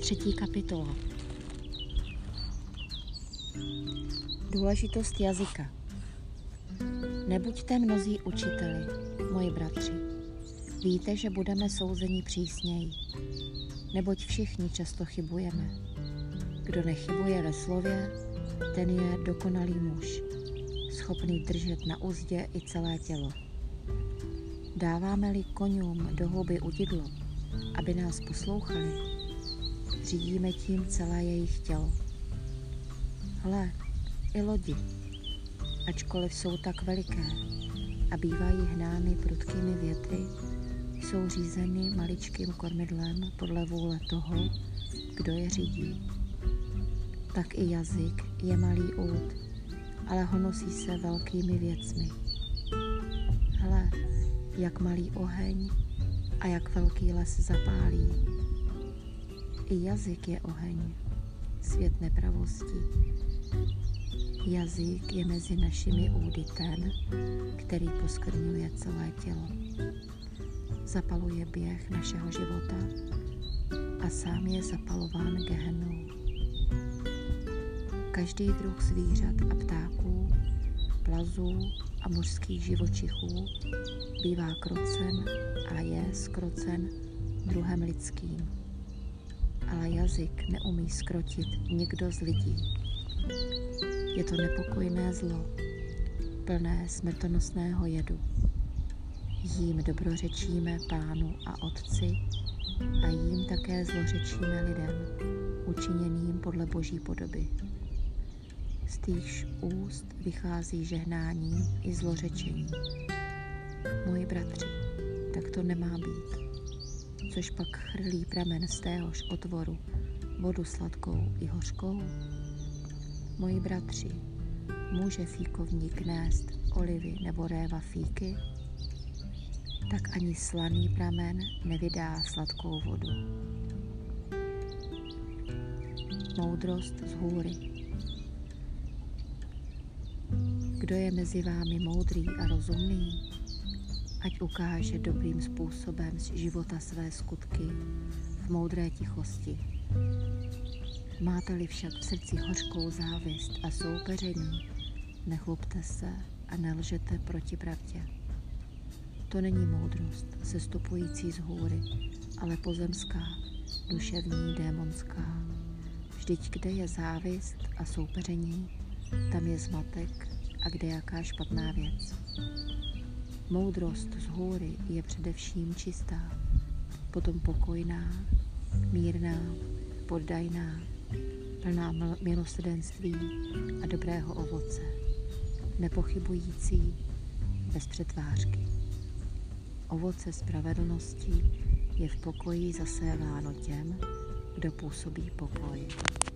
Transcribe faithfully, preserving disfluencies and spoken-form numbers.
Třetí kapitola. Důležitost jazyka. Nebuďte mnozí učiteli, moji bratři. Víte, že budeme souzeni přísněji, neboť všichni často chybujeme. Kdo nechybuje ve slově, ten je dokonalý muž, schopný držet na uzdě i celé tělo. Dáváme-li koňům do huby udidlo, aby nás poslouchali, řídíme tím celé jejich tělo. Hle, i lodi, ačkoliv jsou tak veliké a bývají hnány prudkými větry, jsou řízeny maličkým kormidlem podle vůle toho, kdo je řídí. Tak i jazyk je malý út, ale honosí se velkými věcmi. Hle, jak malý oheň a jak velký les zapálí. I jazyk je oheň, svět nepravosti. Jazyk je mezi našimi údy ten, který poskvrňuje celé tělo. Zapaluje běh našeho života a sám je zapalován gehennou. Každý druh zvířat a ptáků, plazů a mořských živočichů bývá krocen a je zkrocen druhem lidským. Ale jazyk neumí zkrotit nikdo z lidí. Je to nepokojné zlo, plné smrtonosného jedu. Jím dobrořečíme Pánu a Otci a jím také zlořečíme lidem, učiněným podle Boží podoby. Z týchž úst vychází žehnání i zlořečení. Moji bratři, tak to nemá být. Což pak chrlí pramen z téhož otvoru vodu sladkou i hořkou? Moji bratři, může fíkovník nést olivy nebo réva fíky? Tak ani slaný pramen nevydá sladkou vodu. Moudrost z hůry. Kdo je mezi vámi moudrý a rozumný, ať ukáže dobrým způsobem z života své skutky v moudré tichosti. Máte-li však v srdci hořkou závist a soupeření, nechlubte se a nelžete proti pravdě. To není moudrost sestupující z hůry, ale pozemská, duševní, démonská. Vždyť kde je závist a soupeření, tam je zmatek a kde jaká špatná věc. Moudrost z hůry je především čistá, potom pokojná, mírná, poddajná, plná milosrdenství a dobrého ovoce, nepochybující, bez přetvářky. Ovoce spravedlnosti je v pokoji zaséváno těm, kdo působí pokoj.